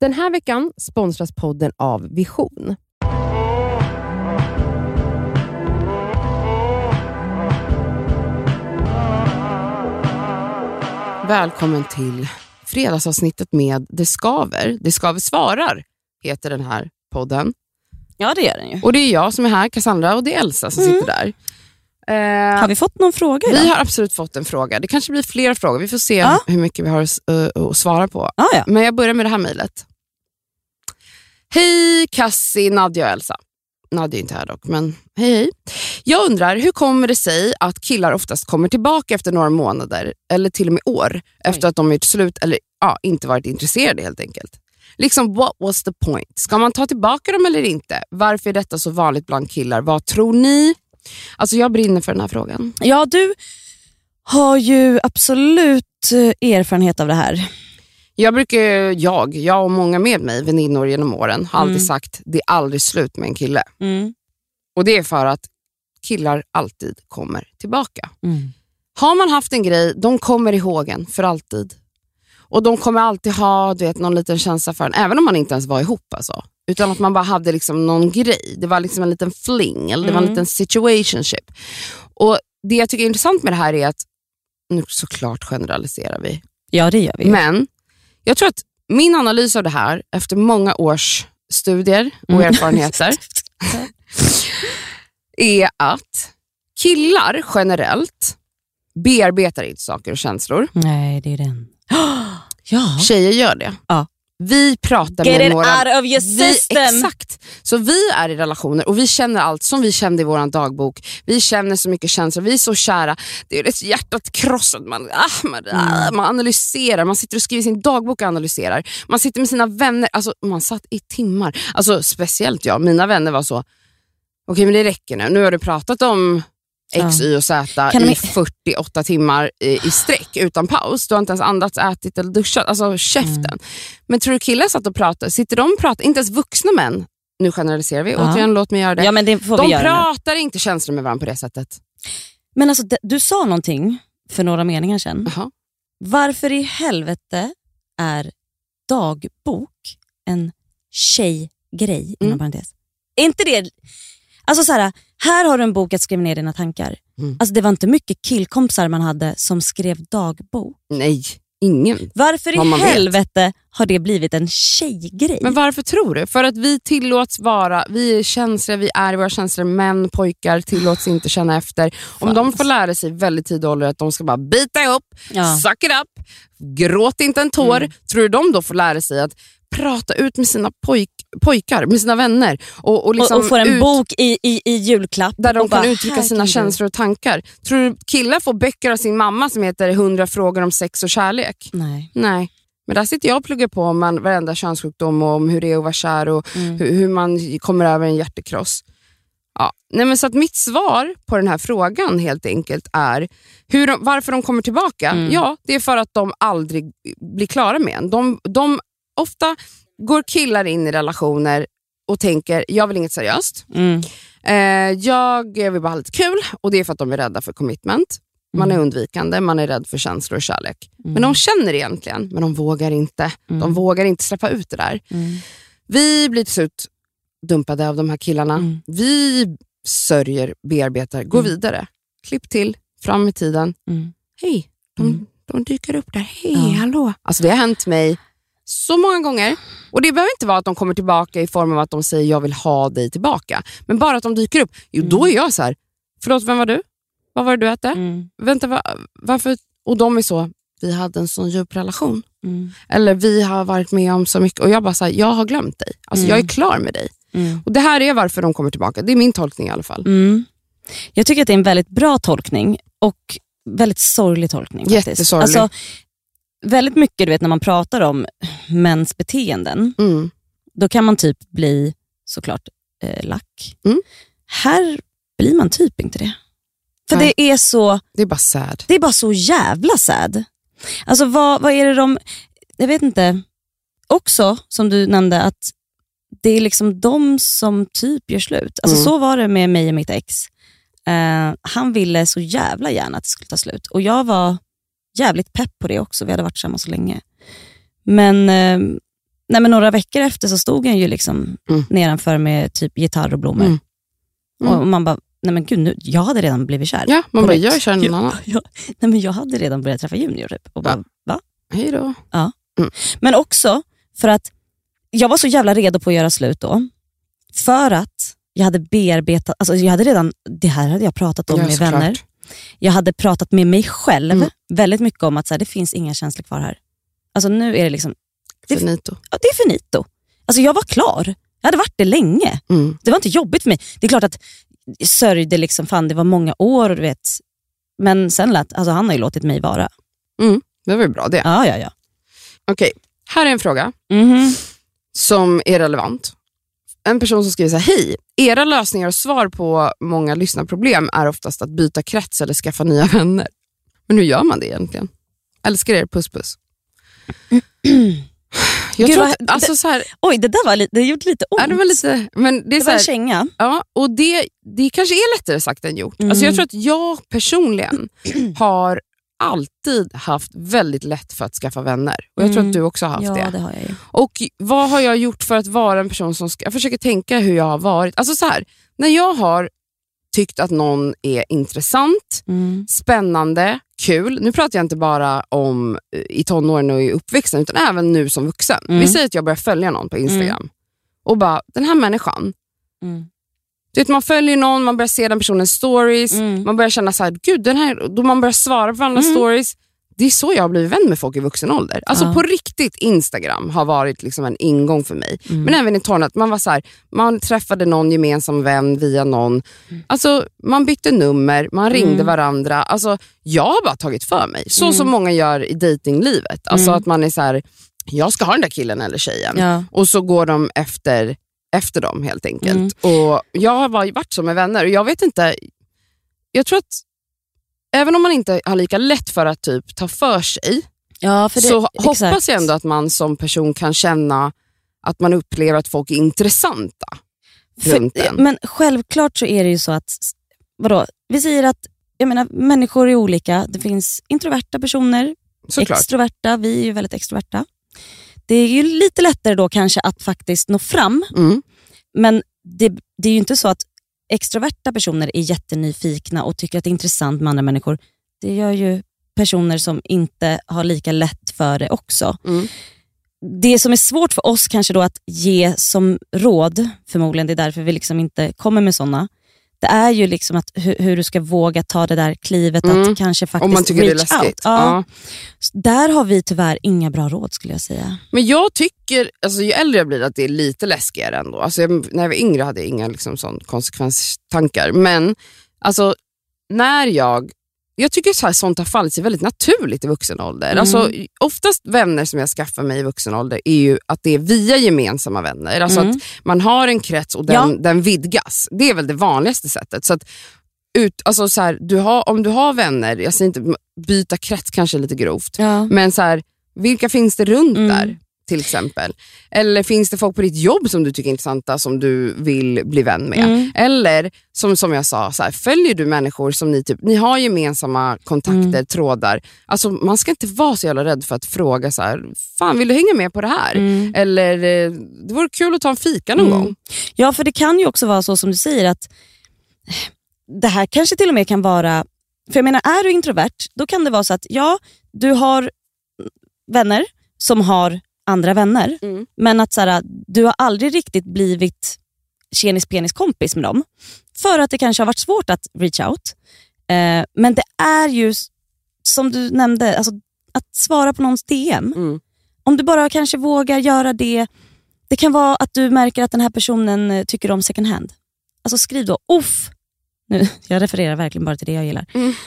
Den här veckan sponsras podden av Vision. Välkommen till fredagsavsnittet med Det Skaver. Det Skaver svarar heter den här podden. Ja, det gör den ju. Och det är jag som är här, Cassandra, och det är Elsa som sitter där. Har vi fått någon fråga idag? Vi har absolut fått en fråga. Det kanske blir fler frågor. Vi får se hur mycket vi har att svara på. Ja. Men jag börjar med det här mejlet. Hej Cassie, Nadja och Elsa. Nadja är inte här dock, men hej. Jag undrar, hur kommer det sig att killar oftast kommer tillbaka efter några månader eller till och med år efter att de gjort slut eller inte varit intresserade helt enkelt? Liksom, what was the point? Ska man ta tillbaka dem eller inte? Varför är detta så vanligt bland killar? Vad tror ni? Alltså jag brinner för den här frågan. Ja, du har ju absolut erfarenhet av det här. Jag och många med mig, väninnor genom åren, har alltid sagt det är aldrig slut med en kille. Och det är för att killar alltid kommer tillbaka. Har man haft en grej, de kommer ihåg en för alltid. Och de kommer alltid ha någon liten känsla för en, även om man inte ens var ihop alltså. Utan att man bara hade liksom någon grej. Det var liksom en liten fling, eller det var en liten situationship. Och det jag tycker är intressant med det här är att, nu såklart generaliserar vi. Ja, det gör vi. Men jag tror att min analys av det här, efter många års studier och erfarenheter, är att killar generellt bearbetar inte saker och känslor. Nej, det är den. Ja. Tjejer gör det. Ja. Vi pratar Get med it några... out of your system. Exakt. Så vi är i relationer och vi känner allt som vi kände i våran dagbok. Vi känner så mycket känslor. Vi är så kära. Det är ett hjärtat krossat. Man analyserar. Man sitter och skriver sin dagbok och analyserar. Man sitter med sina vänner. Alltså man satt i timmar. Alltså speciellt jag. Mina vänner var så... Okej, men det räcker nu. Nu har du pratat om X, Y och Z i 48 timmar i sträck utan paus. Du har inte ens andats, ätit eller duschat. Alltså käften. Men tror du killar satt och pratar? Sitter de och pratar? Inte ens vuxna män. Nu generaliserar vi. Återigen, låt mig göra det. Ja, men det får de vi göra pratar inte känslor med varandra på det sättet. Men alltså, du sa någonting för några meningar sedan. Varför i helvete är dagbok en tjejgrej? Är inte det... Alltså så här har du en bok att skriva ner dina tankar. Alltså det var inte mycket killkompisar man hade som skrev dagbok. Nej, ingen. Varför i helvete har det blivit en tjejgrej? Men varför tror du? För att vi tillåts vara, vi är känsliga, vi är våra känslor. Män, pojkar tillåts inte känna efter. Om de får lära sig väldigt tidig ålder att de ska bara bita ihop, suck it up, gråt inte en tår. Tror du de då får lära sig att prata ut med sina pojkar, med sina vänner och får en bok i julklapp där de kan uttrycka sina känslor och tankar. Tror du killar får böcker av sin mamma som heter 100 frågor om sex och kärlek? Nej. Men där sitter jag och pluggar på om varenda könssjukdom och om hur det är att vara kär och hur man kommer över en hjärtekross. Ja. Nej, men så att mitt svar på den här frågan helt enkelt är varför de kommer tillbaka. Ja, det är för att de aldrig blir klara med en. De ofta går killar in i relationer och tänker, jag vill inget seriöst. Jag vill bara ha lite kul. Och det är för att de är rädda för commitment. Man är undvikande, man är rädd för känslor och kärlek. Men de känner egentligen, men de vågar inte. De vågar inte släppa ut det där. Vi blir till slut dumpade av de här killarna. Vi sörjer, bearbetar, går vidare. Klipp till, fram i tiden. Hej, de dyker upp där. Hej, hallå. Alltså det har hänt mig så många gånger. Och det behöver inte vara att de kommer tillbaka i form av att de säger jag vill ha dig tillbaka. Men bara att de dyker upp. Jo, då är jag så här, förlåt, vem var du? Vad var det du äter? Vänta, varför? Och de är så, vi hade en sån djup relation. Eller vi har varit med om så mycket. Och jag bara så här, jag har glömt dig. Alltså jag är klar med dig. Och det här är varför de kommer tillbaka. Det är min tolkning i alla fall. Jag tycker att det är en väldigt bra tolkning. Och väldigt sorglig tolkning. Jättesorglig. Alltså, väldigt mycket, du vet, när man pratar om mäns beteenden, då kan man typ bli såklart lack. Här blir man typ inte det. För det är så... Det är bara sad. Det är bara så jävla sad. Alltså vad är det de... Jag vet inte. Också, som du nämnde, att det är liksom de som typ gör slut. Alltså så var det med mig och mitt ex. Han ville så jävla gärna att det skulle ta slut. Och jag var jävligt pepp på det också. Vi hade varit samma så länge. Men Nej, men några veckor efter så stod han ju liksom nedanför med typ gitarr och blommor. Och man bara, nej men gud, nu, jag hade redan blivit kär. Ja, man bara, jag känner någon annan. Nej, men jag hade redan börjat träffa Junior typ. Och bara, va? Hej då. Ja. Men också för att jag var så jävla redo på att göra slut då. För att jag hade bearbetat, alltså jag hade redan, det här hade jag pratat om med vänner. Jag hade pratat med mig själv väldigt mycket om att så här, det finns inga känslor kvar här. Alltså nu är det liksom finito. Ja, det är finito. Alltså jag var klar. Jag hade varit det länge. Det var inte jobbigt för mig. Det är klart att jag sörjde liksom, fan det var många år och du vet. Men sen alltså han har ju låtit mig vara. Det var ju bra det. Ja. Okej, här är en fråga som är relevant. En person som skriver så här: hej, era lösningar och svar på många lyssnarproblem är oftast att byta krets eller skaffa nya vänner. Men hur gör man det egentligen? Älskar er, puss. Jag Gud, tror att, alltså så här, oj, det där var det gjorde lite ont. Ja, det var lite, men det är det så här, var en känga. Ja, och det kanske är lättare sagt än gjort. Alltså jag tror att jag personligen har alltid haft väldigt lätt för att skaffa vänner. Och jag tror att du också har haft det. Ja, det har jag ju. Och vad har jag gjort för att vara en person som jag försöker tänka hur jag har varit. Alltså så här, när jag har tyckt att någon är intressant, spännande, kul. Nu pratar jag inte bara om i tonåren och i uppväxten, utan även nu som vuxen. Vi säger att jag börjar följa någon på Instagram och bara, den här människan, du vet, man följer någon, man börjar se den personens stories, man börjar känna så här, gud, den här, då man börjar svara på andra stories. Det är så jag har blivit vän med folk i vuxen ålder. Alltså på riktigt, Instagram har varit liksom en ingång för mig. Men även i tonåren, man var så här, man träffade någon gemensam vän via någon. Alltså man bytte nummer, man ringde varandra. Alltså jag har bara tagit för mig. Så som många gör i datinglivet. Alltså att man är så här, jag ska ha den där killen eller tjejen. Ja. Och så går de efter dem helt enkelt. Och jag har varit som med vänner. Och jag vet inte, jag tror att även om man inte har lika lätt för att typ ta för sig, så hoppas jag ändå att man som person kan känna att man upplever att folk är intressanta runt en. Men självklart så är det ju så att, vi säger att, jag menar, människor är olika. Det finns introverta personer, extroverta, vi är ju väldigt extroverta. Det är ju lite lättare då kanske att faktiskt nå fram. Men det är ju inte så att extroverta personer är jättenyfikna och tycker att det är intressant med andra människor. Det gör ju personer som inte har lika lätt för det också. Det som är svårt för oss kanske då att ge som råd, förmodligen det är därför vi liksom inte kommer med sådana, det är ju liksom att hur du ska våga ta det där klivet att kanske faktiskt om man tycker reach det är läskigt. Out. Ja. Där har vi tyvärr inga bra råd, skulle jag säga. Men jag tycker, alltså ju äldre jag blir, att det är lite läskigare ändå. Alltså när jag var yngre hade jag inga liksom sån konsekvenstankar. Men alltså när jag tycker så här, sånt har fallit sig väldigt naturligt i vuxen ålder. Alltså oftast vänner som jag skaffar mig i vuxen ålder är ju att det är via gemensamma vänner. Alltså att man har en krets och den vidgas. Det är väl det vanligaste sättet. Så att alltså så här, om du har vänner, jag säger inte byta krets kanske lite grovt, men så här, vilka finns det runt där till exempel? Eller finns det folk på ditt jobb som du tycker är intressanta som du vill bli vän med? Eller som jag sa, så här, följer du människor som ni har gemensamma kontakter, trådar. Alltså man ska inte vara så jävla rädd för att fråga så här, fan, vill du hänga med på det här? Eller det vore kul att ta en fika någon gång. Ja, för det kan ju också vara så som du säger att det här kanske till och med kan vara, för jag menar, är du introvert, då kan det vara så att du har vänner som har andra vänner, men att så här, du har aldrig riktigt blivit tjenis-penis kompis med dem, för att det kanske har varit svårt att reach out. Men det är ju, som du nämnde, alltså, att svara på någons DM. Om du bara kanske vågar göra det. Det kan vara att du märker att den här personen tycker om second hand. Alltså skriv då, nu, jag refererar verkligen bara till det jag gillar.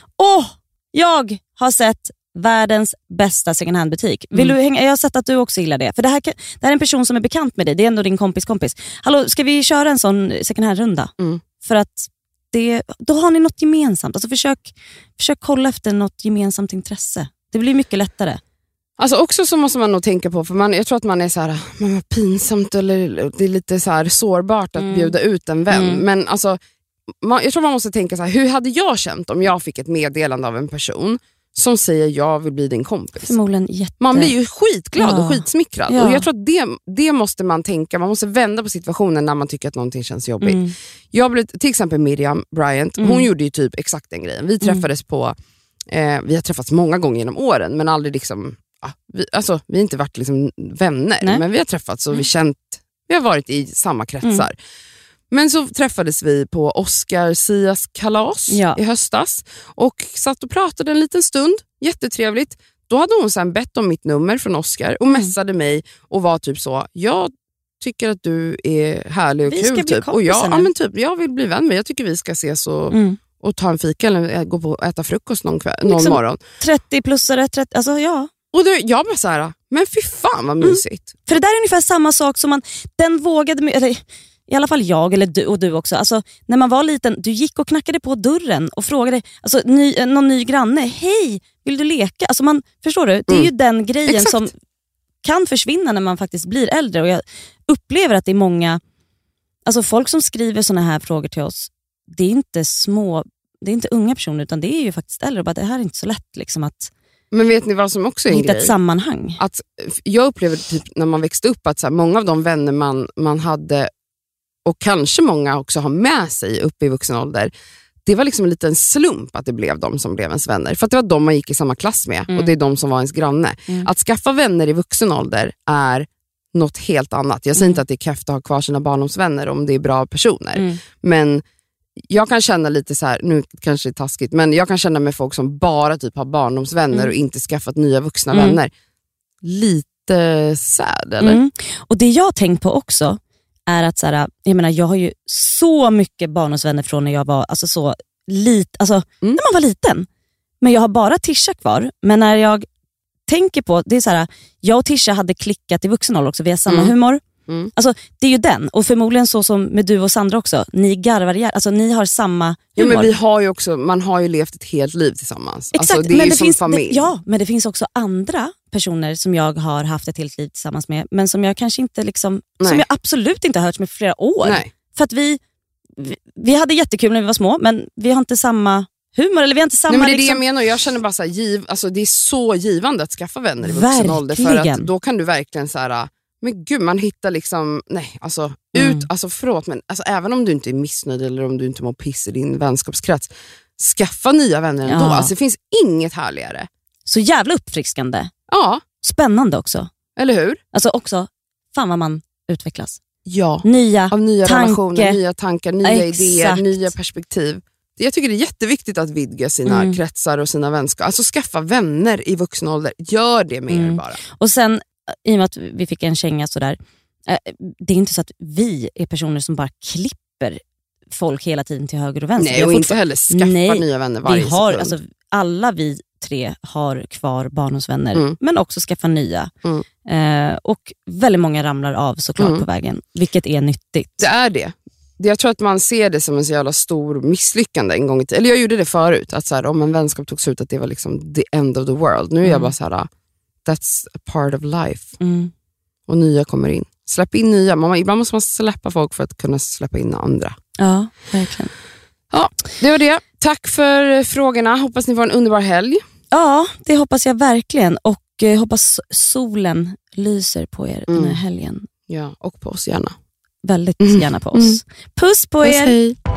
Jag har sett världens bästa second hand butik. Vill du hänga? Jag har sett att du också gillar det. För det här är en person som är bekant med dig. Det är ändå din kompis. Hallå, ska vi köra en sån second hand runda? För att då har ni något gemensamt. Alltså försök kolla efter något gemensamt intresse. Det blir mycket lättare. Alltså också så måste man nog tänka på, för jag tror att man är så här, man var pinsamt eller det är lite så här sårbart att bjuda ut en vän. Men alltså jag tror man måste tänka så här, hur hade jag känt om jag fick ett meddelande av en person som säger jag vill bli din kompis. Förmodligen Man blir ju skitglad och skitsmickrad. Och jag tror att det måste man tänka. Man måste vända på situationen när man tycker att någonting känns jobbigt. Jag blev, till exempel Miriam Bryant, hon gjorde ju typ exakt den grejen. Vi träffades på vi har träffats många gånger genom åren, men aldrig liksom vi har inte varit liksom vänner. Nej. Men vi har träffats och vi har varit i samma kretsar. Men så träffades vi på Oscar Sias kalas i höstas och satt och pratade en liten stund. Jättetrevligt. Då hade hon sen bett om mitt nummer från Oscar och messade mig och var typ så, jag tycker att du är härlig och kul typ. Och jag vill bli vän med. Jag tycker vi ska ses och ta en fika eller gå på och äta frukost någon morgon. 30-plussare, 30, alltså ja. Och då, jag bara så här, men fy fan vad mysigt. För det där är ungefär samma sak som den vågade, eller i alla fall jag eller du också. Alltså, när man var liten, du gick och knackade på dörren och frågade någon ny granne, hej, vill du leka? Alltså förstår du? Det är ju den grejen som kan försvinna när man faktiskt blir äldre. Och jag upplever att det är många, alltså folk som skriver såna här frågor till oss, det är inte unga personer utan det är ju faktiskt äldre. Och bara, det här är inte så lätt liksom att. Men vet ni vad som också är en grej? Ett sammanhang. Att jag upplever typ när man växte upp att så här, många av de vänner man hade och kanske många också har med sig upp i vuxen ålder, det var liksom en liten slump att det blev de som blev ens vänner. För att det var de man gick i samma klass med och det är de som var ens granne. Att skaffa vänner i vuxen ålder är något helt annat. Jag säger inte att det är kräft att ha kvar sina barndomsvänner om det är bra personer. Men jag kan känna lite så här, nu kanske det är taskigt, men jag kan känna med folk som bara typ har barndomsvänner och inte skaffat nya vuxna vänner. Lite sad, eller? Och det jag har tänkt på också är att så här, jag har ju så mycket barndomsvänner från när jag var när man var liten. Men jag har bara Tisha kvar. Men när jag tänker på, det är så här, jag och Tisha hade klickat i vuxen ålder också, vi har samma humor. Alltså det är ju den, och förmodligen så som med du och Sandra också, ni garvar, alltså ni har samma humor. Ja, men vi har ju också, man har ju levt ett helt liv tillsammans. Exakt, alltså, det är ju som familj. Men det finns också andra personer som jag har haft ett helt liv tillsammans med, men som jag kanske inte liksom, som jag absolut inte har hört med för flera år. Nej. För att vi hade jättekul när vi var små, men vi har inte samma humor, eller vi har inte samma. Nej, men det är det jag menar, jag känner bara så här, alltså det är så givande att skaffa vänner i vuxen ålder, för att då kan du verkligen så här. Men gud, man hittar liksom, förlåt, men alltså, även om du inte är missnöjd eller om du inte mår piss i din vänskapskrets, skaffa nya vänner ändå. Alltså det finns inget härligare. Så jävla uppfriskande. Ja. Spännande också. Eller hur? Alltså också, fan vad man utvecklas. Ja, av nya relationer, nya tankar, nya idéer, nya perspektiv. Jag tycker det är jätteviktigt att vidga sina kretsar och sina vänskap. Alltså skaffa vänner i vuxen ålder. Gör det med er bara. Och sen, i och med att vi fick en känga sådär, det är inte så att vi är personer som bara klipper folk hela tiden till höger och vänster. Nej, och inte heller skaffa nya vänner varje sekund. Alltså, alla vi tre har kvar barndomsvänner, men också skaffa nya. Och väldigt många ramlar av såklart på vägen, vilket är nyttigt. Det är det. Jag tror att man ser det som en så jävla stor misslyckande en gång i tiden. Eller jag gjorde det förut, att så här, om en vänskap togs ut att det var liksom the end of the world. Nu är jag bara så här, that's a part of life. Och nya kommer in. Släpp in nya. Ibland måste man släppa folk för att kunna släppa in andra. Ja, verkligen. Ja, det var det. Tack för frågorna. Hoppas ni får en underbar helg. Ja, det hoppas jag verkligen. Och hoppas solen lyser på er den här helgen. Ja, och på oss gärna. Väldigt gärna på oss. Puss på er! Hej.